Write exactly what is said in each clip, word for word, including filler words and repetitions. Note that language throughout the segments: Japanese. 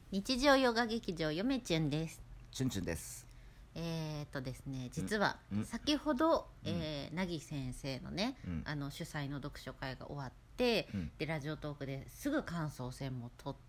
日常ヨガ劇場よめちゅんです。 チュンチュンです。 えー、っとですね実はうん先ほど、 うんえー、なぎ先生のね、 うんあの主催の読書会が終わって、 うんでラジオトークですぐ感想戦も取って、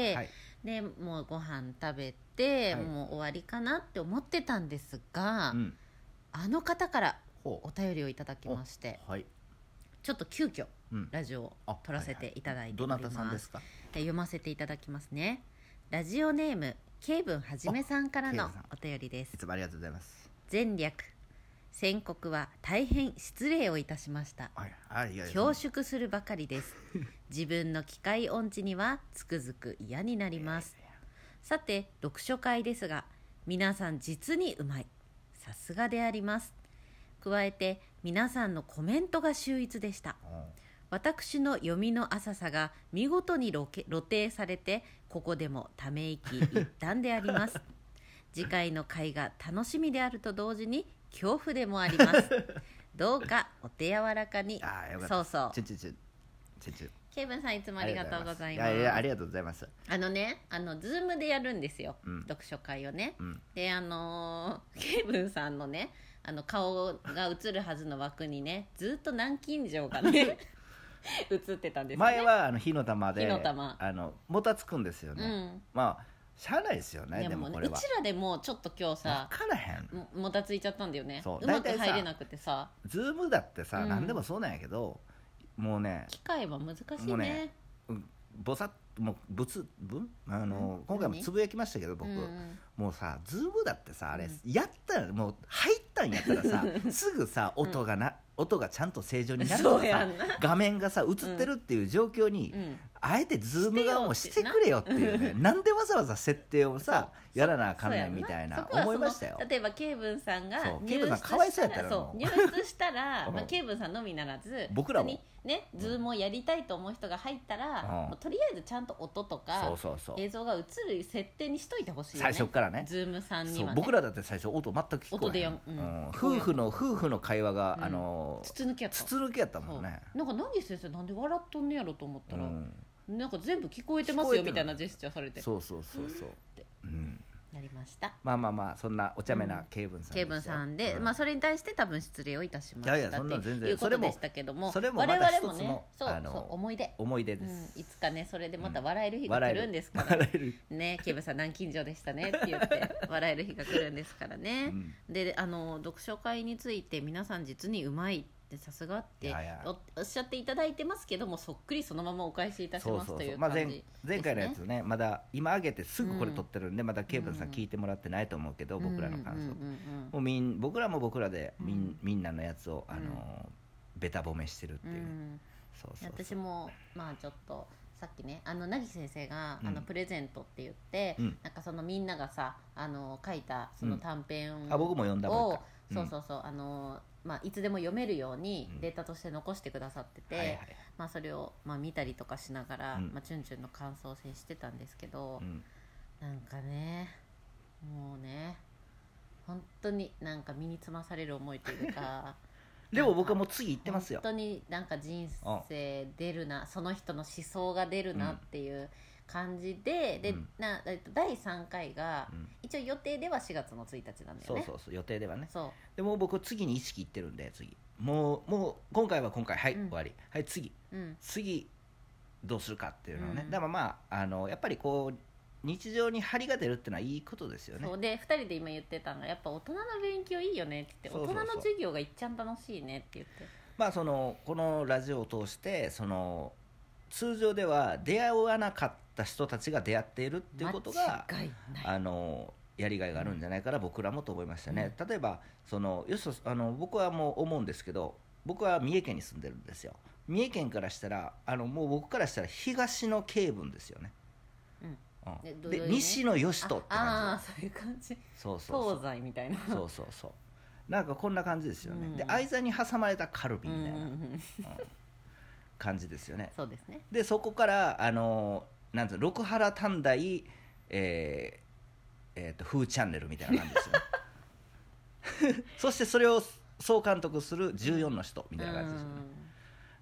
はいでもうご飯食べて、 はいもう終わりかなって思ってたんですが、 うんあの方からほうお便りをいただきまして、 はいちょっと急遽うんラジオを撮らせていただいてどなおります。 たさんですか？ で読ませていただきますね。ラジオネームケイブンはじめさんからのお便りです。 いつもありがとうございます。 前略宣告は大変失礼をいたしました。 はいはいいやいや恐縮するばかりです。自分の機械音痴にはつくづく嫌になります。さて読書会ですが、皆さん実にうまい、さすがであります。加えて皆さんのコメントが秀逸でした。私の読みの浅さが見事に露呈されて、ここでもため息一旦であります。次回の回が楽しみであると同時に恐怖でもあります。どうかお手柔らかに。 あよかった。 そうそうチュンチュンチュンチュンチュンケイブンさんいつもありがとうございます。 いやいやありがとうございます。 あのね、あのズームでやるんですよ、 うん読書会をね、 うん、 であのー、ケイブンさんのね、あの顔が映るはずの枠にね、ずっと南京錠がね映ってたんですよね。 前はあの火の玉で火の玉あのもたつくんですよね、 うん、 まあしゃあないですよね。 でもね、 でもこれはうちらでもちょっと今日さ分からへん、 ももたついちゃったんだよね。 そううまく大体さ入れなくてさ、 ズームだってさ、 うん何でもそうなんやけど、もうね機械は難しいね。 もうねぼさっもう仏分あの、 うん、 今回もつぶやきましたけど僕、 うんうん、 もうさズームだってさあれ、 うん、 やったらもう入ったんやったらさすぐさ音がな、うん、音がちゃんと正常になるとかさ画面がさ映ってるっていう状況に、うん、あえてズームがもうしてくれよっていうね、なんでわざわざ設定をさやらなあかんねんみたいな思いましたよ。 例えばケイブンさんが入室したらそう入室したら、まあ、ケイブンさんのみならず僕らもね、ズームをやりたいと思う人が入ったら、うん、もうとりあえずちゃんと音とかそうそうそう映像が映る設定にしといてほしいよね、 最初からね。 ズームさんにはね。 僕らだって最初音全く聞こえない。 音でやん、うんうん、 夫婦の夫婦の会話が、 うん、 あの筒抜きやった筒抜きやったもんね。 なんか何先生なんで笑っとんねやろと思ったら、うん、なんか全部聞こえてますよみたいなジェスチャーされて、 そうそうそうそう、うん、 なりました。 まあまあまあそんなお茶目なケイブンさんですよ、 ケイブンさんで、うん、まあそれに対して多分失礼をいたしました。 いやいやそんな全然いうことでしたけども、 それも我々もまた一つのね、そうあのそう思い出思い出です、 うん、いつかねそれでまた笑える日が来るんですから、 笑えるね、ケイブンさん南京錠でしたねって言って笑える日が来るんですからね、うん、であの読書会について皆さん実にうまいってさすがっておっしゃっていただいてますけども、そっくりそのままお返しいたしますという感じですね。 まあ、前, 前回のやつねまだ今上げてすぐこれ撮ってるんで、うん、まだケイブンさん聞いてもらってないと思うけど、うん、僕らの感想、うんうんうんうん、もうみん僕らも僕らでみ ん,、うん、みんなのやつをあの、うん、ベタ褒めしてるっていう、ね、うん、そうそうそう。 私もまあちょっとさっきねあの凪先生が、うん、あのプレゼントって言って、うん、なんかそのみんながさあの書いたその短編を、 うん、あ僕も読んだもんか、 うん、そうそうそうあのまあ、いつでも読めるようにデータとして残してくださってて、うんはいはい、まあ、それを、まあ、見たりとかしながら、うんまあ、チュンチュンの感想を接してたんですけど、うん、なんかねもうね本当になんか身につまされる思いというかでも僕はもう次行ってますよ。 本当になんか人生出るな、その人の思想が出るなっていう感じで、うん、でなだいさんかいが、うん、一応予定ではしがつのついたちなんだよね。 そうそうそう予定ではね。 そうでも僕次に意識いってるんで、次もうもう今回は今回はい、うん、終わりはい次、うん、次どうするかっていうのをね、うん、だからまああのやっぱりこう日常に張りが出るっていうのはいいことですよね。 そうでふたりで今言ってたのがやっぱ大人の勉強いいよねって言って、大人の授業がいっちゃん楽しいねって言って、 まあそのこのラジオを通してその通常では出会わなかった人たちが出会っているっていうことがあのやりがいがあるんじゃないかな、うん、僕らもと思いましたね、うん、例えばそのよしあの僕はもう思うんですけど、僕は三重県に住んでるんですよ。三重県からしたらあのもう僕からしたら東のケイブンですよね、うんうん、で西の吉人って感じ。 ああそういう感じ。 そうそうそう東西みたいな。 そうそうそうなんかこんな感じですよね、うん、で間に挟まれたカルビみたいな、うんうんうん感じですよね。 そうですね。 でそこからあのなんていうの六原短大、えーえー、と風チャンネルみたいな感じですよねそしてそれを総監督するじゅうよんの人みたいな感じですよね。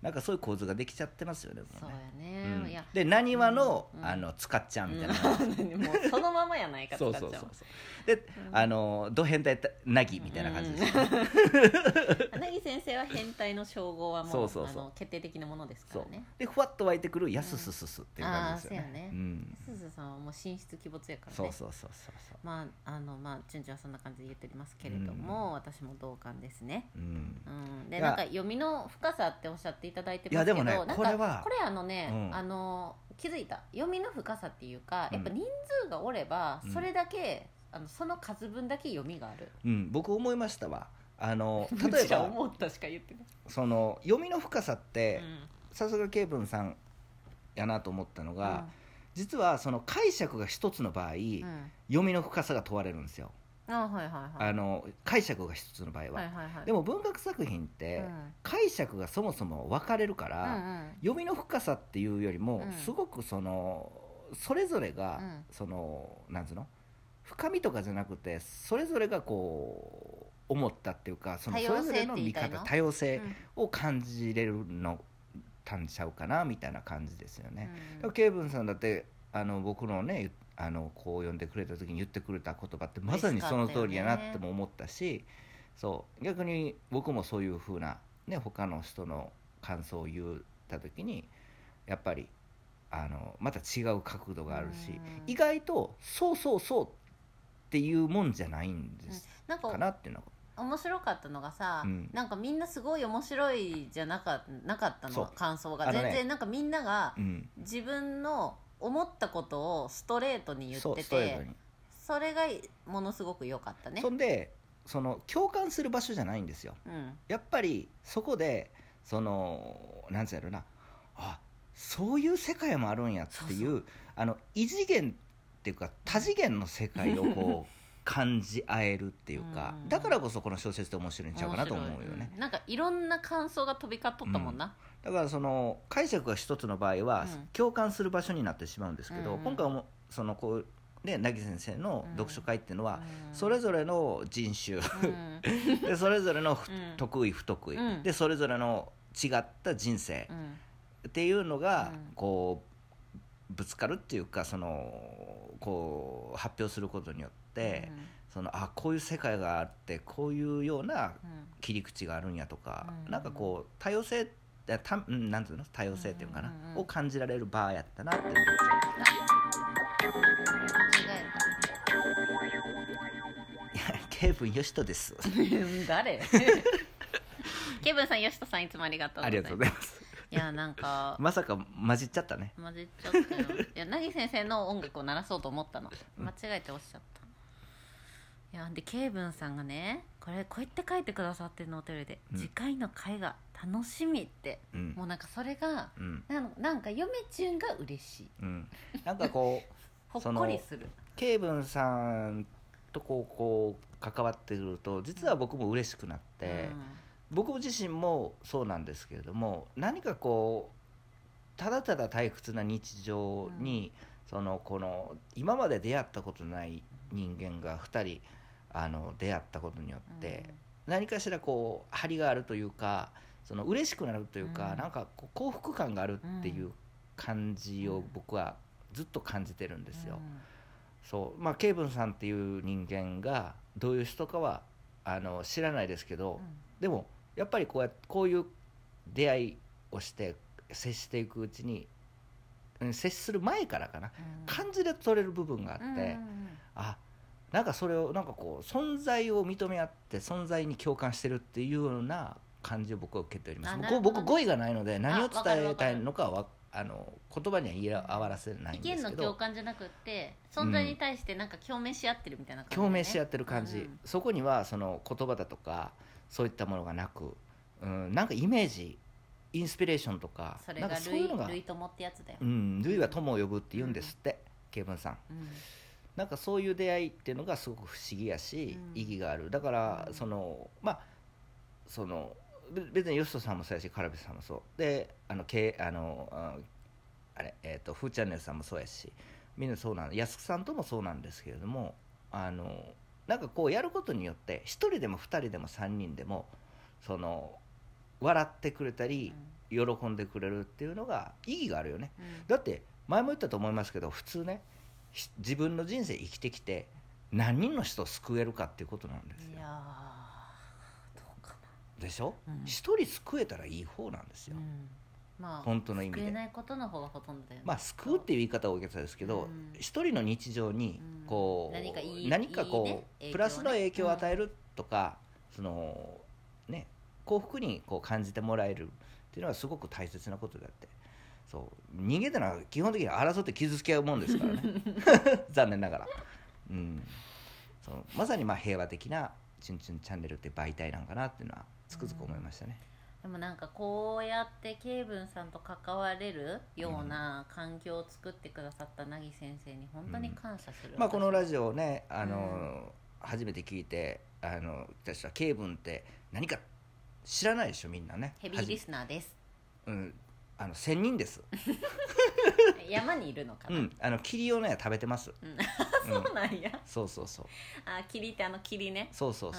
なんかそういう構図ができちゃってますよね。もそうやうね、 ね、うん、 いやでなにわの、 うん、 あの使っちゃうみたいな、 うん、もうそのままやないか使っちゃう。 そうそうそうそうで、うん、あのド変態なぎみたいな感じです、 うん、なぎ先生は変態の称号はもうそうそうそうあの決定的なものですからね。 でふわっと湧いてくるやすすすすっていう感じですよね。 ああそうやね、うん、すすさんはもう神出鬼没やからね。 そうそうそうそうそう、 まああのまあ順調はそんな感じで言っておりますけれども、うん、私も同感ですね、うんうん、でなんか読みの深さっておっしゃっていただいてますけど、いやでもね、これはこれあのね、うん、あの気づいた読みの深さっていうか、やっぱ人数がおればそれだけ、うん、あのその数分だけ読みがある、 うん、僕思いましたわ。あの例えば思ったしか言ってない、 その読みの深さってさすが慶文さんやなと思ったのが、うん、実はその解釈が一つの場合、うん、読みの深さが問われるんですよ。あ、はいはいはい、あの解釈が一つの場合は、はいはいはい、でも文学作品って、うん、解釈がそもそも分かれるから、うんうん、読みの深さっていうよりも、うん、すごくそのそれぞれが、うん、そのなんつうの深みとかじゃなくてそれぞれがこう思ったっていうか、そのそれぞれの見方多様性を感じれるのたんちゃうかなみたいな感じですよね。慶文さんだってあの僕のねあのこう呼んでくれた時に言ってくれた言葉ってまさにその通りやなっても思ったし、そう逆に僕もそういう風なね他の人の感想を言った時にやっぱりあのまた違う角度があるし、意外とそうそうそうっていうもんじゃないんですかなっていうのは。 面白かったのがさ、うん、なんかみんなすごい面白いじゃなか、なかったの感想が、ね、全然なんかみんなが自分の思ったことをストレートに言ってて、それがものすごく良かったね。 そんでその共感する場所じゃないんですよ、うん、やっぱりそこでそのなんつうやろな、あそういう世界もあるんやっていう、そうそう、あの異次元っていうか多次元の世界をこう感じ合えるっていうか、うん、だからこそこの小説って面白いんちゃうかなと思うよね、 うん、なんかいろんな感想が飛び交っとったもんな、うん、 だからその解釈が一つの場合は、うん、共感する場所になってしまうんですけど、うん、今回もそのこうね、凪先生の読書会っていうのは、うん、それぞれの人種、うん、でそれぞれの、うん、得意不得意、うん、でそれぞれの違った人生、うん、っていうのが、うん、こうぶつかるっていうか、そのこう発表することによって、うん、そのあこういう世界があってこういうような切り口があるんやとか、うん、なんかこう多様性たなんていうの多様性っていうのかな、うんうんうん、を感じられる場やったなって思うんですよ。ケイブンヨシトです誰ケイブンさん、ヨシトさん、いつもありがとうございます。 ありがとうございます。 いやなんかまさか混じっちゃったね。 混じっちゃったよ。いや凪先生の音楽を鳴らそうと思ったの、間違えておっしゃった。いやでケイブンさんがね、これこうやって書いてくださってるのお便りで、うん、次回の回が楽しみって、うん、もうなんかそれが、うん、な, なんか嫁ちゅんが嬉しい、うん、 なんかこうほっこりする。 ケイブンさんとこうこう関わってくると実は僕も嬉しくなって、うん、僕自身もそうなんですけれども、何かこうただただ退屈な日常に、うん、そのこの今まで出会ったことない人間がふたりあの出会ったことによって、うん、何かしらこう張りがあるというか、その嬉しくなるというか、うん、なんかこう幸福感があるっていう感じを僕はずっと感じてるんですよ、うん、そうまあケイブンさんっていう人間がどういう人かはあの知らないですけど、うん、でもやっぱりこうやこういう出会いをして接していくうちに、接する前からかな、うん、感じで取れる部分があって、うん、あなんかそれをなんかこう存在を認め合って存在に共感してるっていうような感じを僕は受けております。僕, 僕語彙がないので何を伝えたいのかはあの言葉には言い合わせないんですけど、 意見の共感じゃなくって存在に対してなんか共鳴し合ってるみたいな感じ、ね、 共鳴し合ってる感じ、うん、そこにはその言葉だとかそういったものがなく、うん、なんかイメージインスピレーションとか、 それが類友ってやつだよ、 うん、類は友を呼ぶって言うんですって、ケイブンさん、うん、なんかそういう出会いっていうのがすごく不思議やし、うん、意義がある。だから、うん、そのまあその別にヨシトさんもそうやしカラベさんもそうで、あのけあのあれ、えーと、フーチャンネルさんもそうやし、みんなそうなんで、安さんともそうなんですけれども、あのなんかこうやることによって一人でも二人でも三人でもその笑ってくれたり、 喜んでくれるっていうのが意義があるよね、 うん、 だって前も言ったと思いますけど、普通ね自分の人生生きてきて何人の人を救えるかっていうことなんですよ。 いやどうかなでしょ、 うん、 一人救えたらいい方なんですよ、 うんまあ、 本当の意味で救えないことの方がほとんどだよね。 まあ救うっていう言い方は大げさですけど、 うん、 一人の日常にこう、 うん、何かいい何かこう、いいね、プラスの影響を与えるとか、うん、そのね幸福にこう感じてもらえるっていうのはすごく大切なことであって、そう人間ってのは基本的に争って傷つけ合うもんですからね残念ながら、うん、そうまさにまあ平和的なチュンチュンチャンネルって媒体なんかなっていうのはつくづく思いましたね、 うん、でもなんかこうやってケイブンさんと関われるような環境を作ってくださった凪先生に本当に感謝する、 うんまあ、このラジオをねあの、うん、初めて聞いてあの私はケイブンって何か知らないでしょみんなね。 ヘビーリスナーです。 うん、あの千人です。 山にいるのかな。 うん、あの霧をね食べてます。 うん、そうなんや、うん。 そうそうそう。 あ、霧ってあの霧ね。 そうそうそう。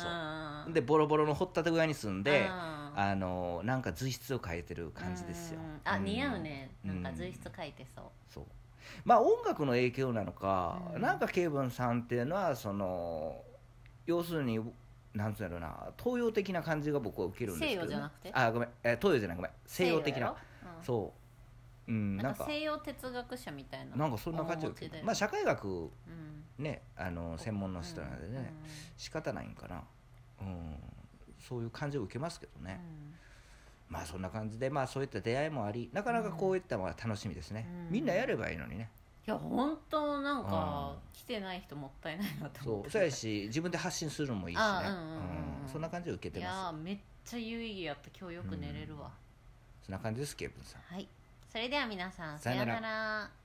でボロボロの掘ったて小屋に住んで、あ, あのなんか随筆を書いてる感じですよ。 あ、似合うね。なんか随筆書いてそう。 そう。まあ音楽の影響なのか、うん、なんかケイブンさんっていうのはその要するに。なんつうのな東洋的な感じが僕は受けるんですけど、ね、 西洋じゃなくてあごめん、えー、東洋じゃないごめん西洋的な、うん、そう、うん、 なんか西洋哲学者みたいななんかそんな感じで、まあ社会学、うん、ねあの専門の人なんでね、うん、仕方ないんかな、うん、そういう感じを受けますけどね、うん、まあそんな感じでまあそういった出会いもありなかなかこういったのは楽しみですね、うん、みんなやればいいのにね。 いや本当なんか、うん、来てない人もったいないなと思って。 そうそうやし自分で発信するのもいいしね、うんうんうん、そんな感じで受けてます。 いやめっちゃ有意義やった今日よく寝れるわ、うん、 そんな感じですケイブンさん。 はい、それでは皆さんさよなら。